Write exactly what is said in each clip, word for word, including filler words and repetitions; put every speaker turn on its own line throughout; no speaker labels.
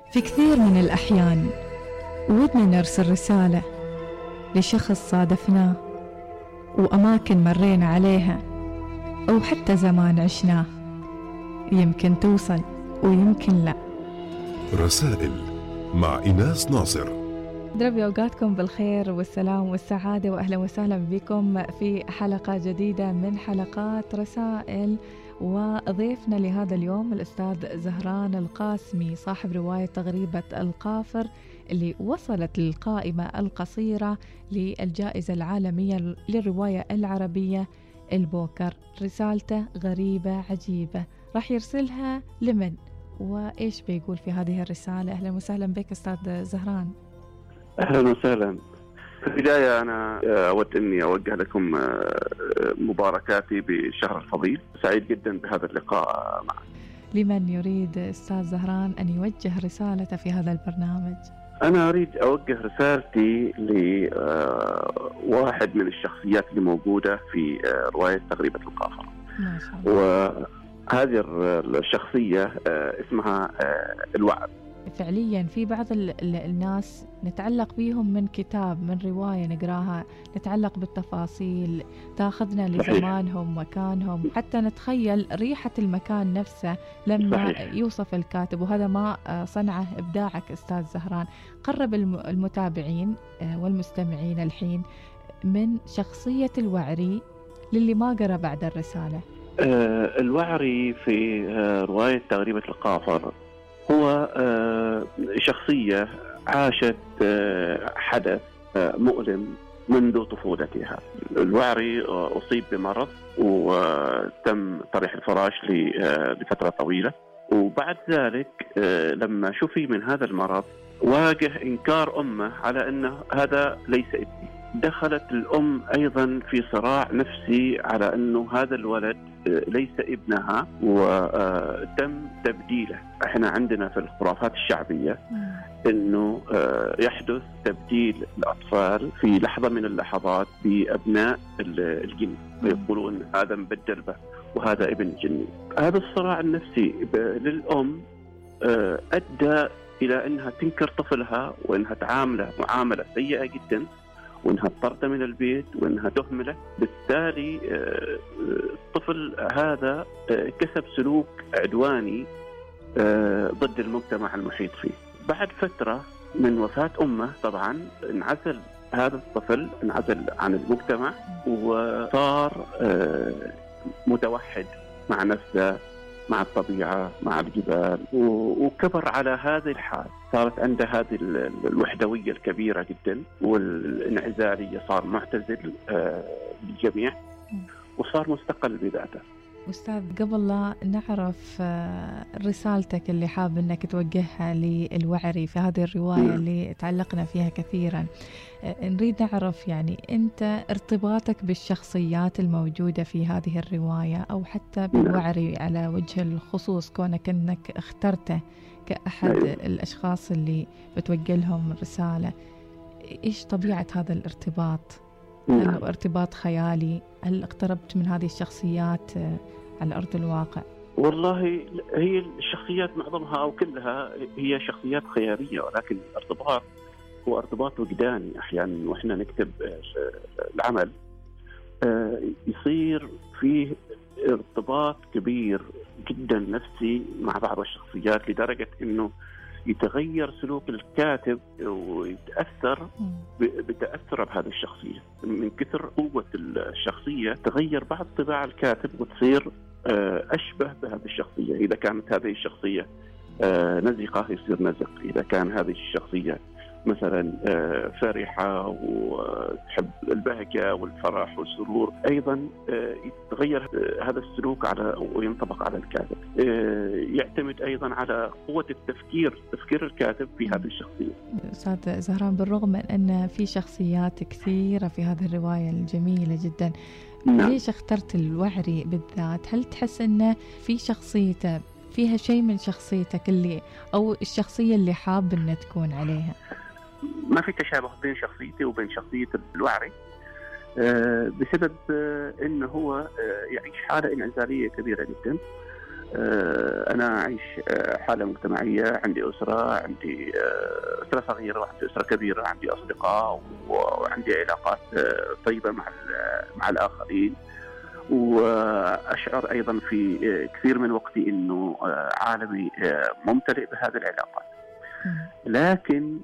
في كثير من الأحيان ودنا نرسل رسالة لشخص صادفناه وأماكن مرينا عليها أو حتى زمان عشناه، يمكن توصل ويمكن لا.
رسائل مع إيناس ناصر.
دربي أوقاتكم بالخير والسلام والسعادة، وأهلا وسهلا بكم في حلقة جديدة من حلقات رسائل. وضيفنا لهذا اليوم الأستاذ زهران القاسمي، صاحب رواية تغريبة القافر اللي وصلت للقائمة القصيرة للجائزة العالمية للرواية العربية البوكر. رسالته غريبة عجيبة، راح يرسلها لمن وإيش بيقول في هذه الرسالة؟ أهلا وسهلا بك أستاذ زهران.
أهلا وسهلا. في البداية أنا أود أني أوجه لكم مباركاتي بالشهر الفضيل، سعيد جدا بهذا اللقاء معك.
لمن يريد أستاذ زهران أن يوجه رسالته في هذا البرنامج؟
أنا أريد أوجه رسالتي لواحد من الشخصيات اللي موجودة في رواية تغريبة القافر.
ما شاء الله.
وهذه الشخصية اسمها الوعد.
فعليا في بعض الناس نتعلق بيهم من كتاب، من رواية نقراها، نتعلق بالتفاصيل، تاخذنا لزمانهم، مكانهم، حتى نتخيل ريحة المكان نفسه لما صحيح. يوصف الكاتب، وهذا ما صنعه إبداعك أستاذ زهران. قرب المتابعين والمستمعين الحين من شخصية الوعري للي ما قرأ بعد الرسالة.
الوعري في رواية تغريبة القافر هو شخصية عاشت حدث مؤلم منذ طفولتها. الوعري أصيب بمرض وتم طرح الفراش لفترة طويلة، وبعد ذلك لما شفي من هذا المرض واجه إنكار أمه على أن هذا ليس ابني. دخلت الأم أيضا في صراع نفسي على أنه هذا الولد ليس ابنها وتم تبديله. احنا عندنا في الخرافات الشعبية أنه يحدث تبديل الأطفال في لحظة من اللحظات بأبناء الجن، ويقولون أن هذا مبدل به وهذا ابن جني. هذا الصراع النفسي للأم أدى إلى أنها تنكر طفلها وأنها تعامله معاملة سيئة جدا، وانها طرد من البيت، وانها تهمله. بالتالي الطفل هذا كسب سلوك عدواني ضد المجتمع المحيط فيه. بعد فترة من وفاة أمه طبعا انعزل هذا الطفل، انعزل عن المجتمع وصار متوحد مع نفسه، مع الطبيعة، مع الجبال، وكبر على هذه الحال. صارت عنده هذه الوحدوية الكبيرة جدا والانعزالية، صار معتزل بالجميع وصار مستقل بذاته.
أستاذ، قبل لا نعرف رسالتك اللي حاب أنك توجهها للوعري في هذه الرواية م. اللي تعلقنا فيها كثيرا، نريد نعرف يعني أنت ارتباطك بالشخصيات الموجودة في هذه الرواية، أو حتى بالوعري على وجه الخصوص، كونك أنك اخترته كأحد الأشخاص اللي بتوجه لهم الرسالة. إيش طبيعة هذا الارتباط؟ هل هو ارتباط خيالي؟ هل اقتربت من هذه الشخصيات على أرض الواقع؟
والله هي الشخصيات معظمها أو كلها هي شخصيات خيالية، ولكن الارتباط هو ارتباط وجداني. أحيانا وإحنا نكتب العمل يصير فيه ارتباط كبير جدا نفسي مع بعض الشخصيات، لدرجة إنه يتغير سلوك الكاتب ويتأثر بتأثر بهذه الشخصية. من كثر قوة الشخصية تغير بعض طباع الكاتب وتصير أشبه بهذه الشخصية. إذا كانت هذه الشخصية نزقة يصير نزق، إذا كان هذه الشخصية مثلا فرحة وتحب البهجة والفرح والسرور، أيضا يتغير هذا السلوك على وينطبق على الكاتب. يعتمد أيضا على قوة التفكير تفكير الكاتب في هذه الشخصية.
أستاذ زهران، بالرغم من أن في شخصيات كثيرة في هذه الرواية الجميلة جدا، نعم. ليش اخترت الوعري بالذات؟ هل تحس أن في شخصيته فيها شيء من شخصيتك اللي أو الشخصية اللي حاب أن تكون عليها؟
ما في تشابه بين شخصيتي وبين شخصية الوعري بسبب أنه هو يعيش حالة انعزالية كبيرة جدا، أنا أعيش حالة مجتمعية، عندي أسرة، عندي أسرة صغيرة وعندي أسرة كبيرة، عندي أصدقاء وعندي علاقات طيبة مع مع الآخرين، وأشعر أيضا في كثير من وقتي أنه عالمي ممتلئ بهذه العلاقات. لكن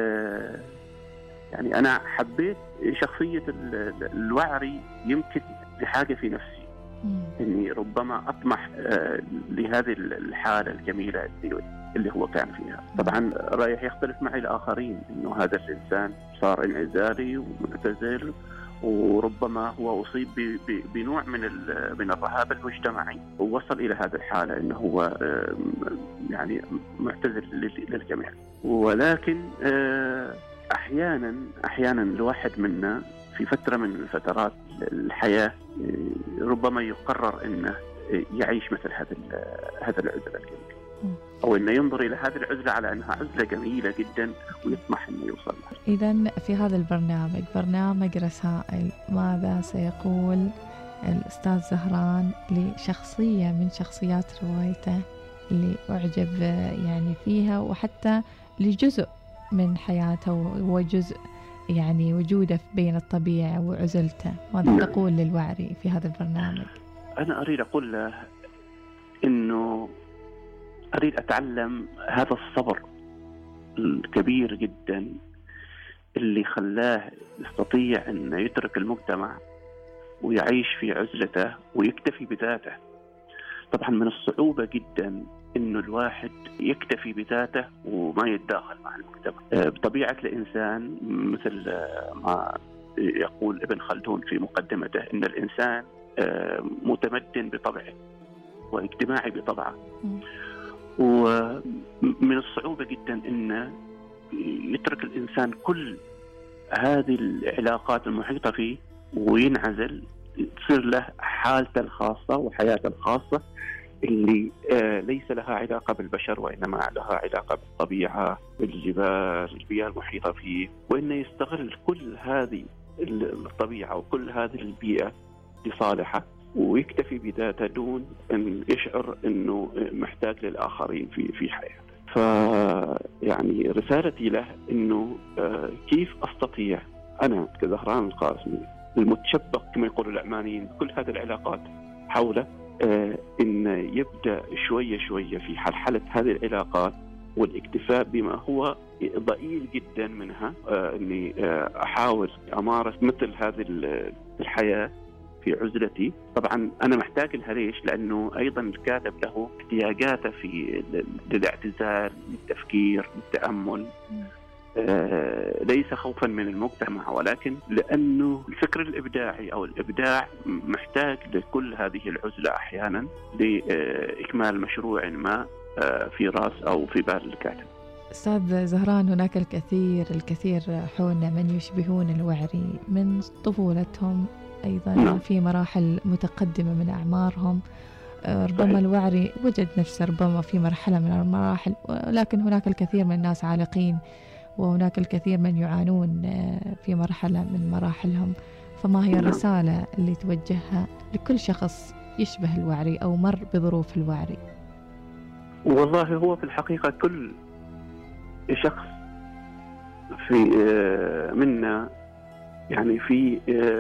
يعني أنا حبيت شخصية الوعري يمكن لحاجة في نفسي، إني ربما أطمح لهذه الحالة الجميلة اللي هو كان فيها. طبعا رايح يختلف معي الآخرين، إنه هذا الإنسان صار انعزالي ومعتزل، وربما هو أصيب بنوع من من الرهاب المجتمعي ووصل إلى هذه الحالة إنه هو يعني معتزل للجميع. ولكن أحيانا أحيانا الواحد منا في فترة من فترات الحياة ربما يقرر أنه يعيش مثل هذا هذا العزلة الجميلة، أو أنه ينظر إلى هذه العزلة على أنها عزلة جميلة جدا ويطمح أنه يوصل لها.
إذن في هذا البرنامج، برنامج رسائل، ماذا سيقول الأستاذ زهران لشخصية من شخصيات روايته اللي أعجب يعني فيها، وحتى لجزء من حياته وجزء يعني وجوده بين الطبيعة وعزلته؟ ماذا تقول للوعري في هذا البرنامج؟
أنا أريد أقول له إنه أريد أتعلم هذا الصبر الكبير جدا اللي خلاه يستطيع أن يترك المجتمع ويعيش في عزلته ويكتفي بذاته. طبعا من الصعوبة جدا إنه الواحد يكتفي بذاته وما يتداخل مع المجتمع. بطبيعة الإنسان مثل ما يقول ابن خلدون في مقدمته إن الإنسان متمدن بطبعه واجتماعي بطبعه، ومن الصعوبة جدا إنه يترك الإنسان كل هذه العلاقات المحيطة فيه وينعزل، تصير له حالته الخاصة وحياته الخاصة اللي ليس لها علاقة بالبشر وإنما لها علاقة بالطبيعة، بالجبال، البيئة المحيطة فيه، وإنه يستغل كل هذه الطبيعة وكل هذه البيئة لصالحه ويكتفي بذاته دون أن يشعر أنه محتاج للآخرين في في حياته. فيعني رسالتي له أنه كيف أستطيع أنا كزهران القاسمي المتشبق كما يقول العمانيين كل هذه العلاقات حوله، إن يبدأ شوية شوية في حلحلة هذه العلاقات والاكتفاء بما هو ضئيل جدا منها، أني أحاول أمارس مثل هذه الحياة في عزلتي. طبعا أنا محتاج لها ليش؟ لأنه أيضا الكاتب له احتياجاته في للاعتزال، للتفكير، للتأمل، آه ليس خوفا من المجتمع، ولكن لأنه الفكر الإبداعي أو الإبداع محتاج لكل هذه العزلة أحيانا لإكمال مشروع ما آه في رأس أو في بال الكاتب.
أستاذ زهران، هناك الكثير الكثير حولنا من يشبهون الوعري من طفولتهم، أيضا نعم. في مراحل متقدمة من أعمارهم، ربما الوعري وجد نفسه ربما في مرحلة من المراحل، ولكن هناك الكثير من الناس عالقين وهناك الكثير من يعانون في مرحلة من مراحلهم. فما هي الرسالة اللي توجهها لكل شخص يشبه الوعري أو مر بظروف الوعري؟
والله هو في الحقيقة كل شخص في منا يعني في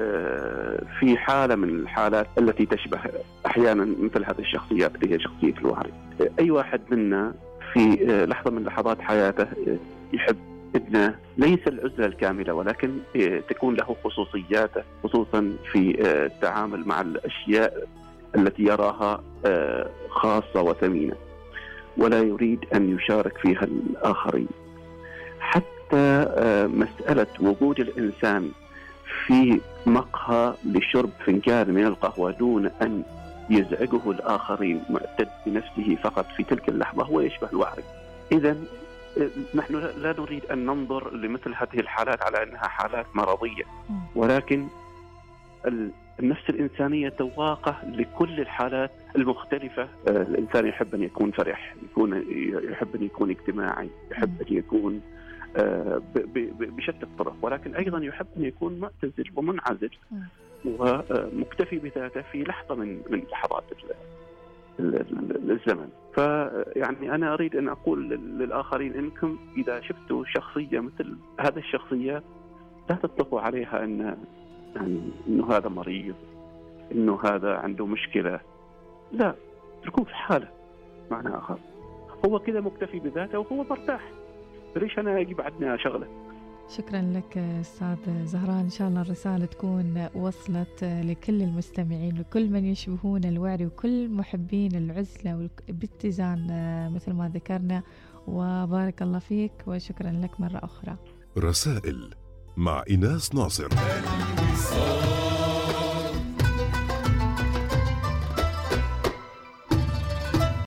في حالة من الحالات التي تشبه أحيانا مثل هذه الشخصيات اللي هي شخصية الوعري. أي واحد منا في لحظة من لحظات حياته يحب إنه ليس العزلة الكاملة، ولكن تكون له خصوصياته، خصوصا في التعامل مع الأشياء التي يراها خاصة وثمينة ولا يريد أن يشارك فيها الآخرين. حتى مسألة وجود الإنسان في مقهى لشرب فنجان من القهوة دون أن يزعجه الآخرين، معتد بنفسه فقط في تلك اللحظة، هو يشبه الوعري. إذن نحن لا نريد أن ننظر لمثل هذه الحالات على أنها حالات مرضية، ولكن النفس الإنسانية تواقة لكل الحالات المختلفة. الإنسان يحب أن يكون فرح، يكون يحب أن يكون اجتماعي، يحب أن يكون بشتى الطرق، ولكن أيضا يحب أن يكون معتزل ومنعزل ومكتفي بذاته في لحظة من من لحظات الزمن. فيعني أنا أريد أن أقول للآخرين إنكم إذا شفتوا شخصية مثل هذه الشخصيات لا تطلقوا عليها أن يعني إنه هذا مريض، إنه هذا عنده مشكلة. لا، اتركوه في حاله. معنى آخر هو كذا مكتفي بذاته وهو مرتاح، ليش أنا أجيب عندنا شغلة.
شكرا لك أستاذ زهران. إن شاء الله الرسالة تكون وصلت لكل المستمعين وكل من يشبهون الوعري وكل محبين العزلة والاتزان مثل ما ذكرنا. وبارك الله فيك وشكرا لك مرة أخرى.
رسائل مع إيناس ناصر.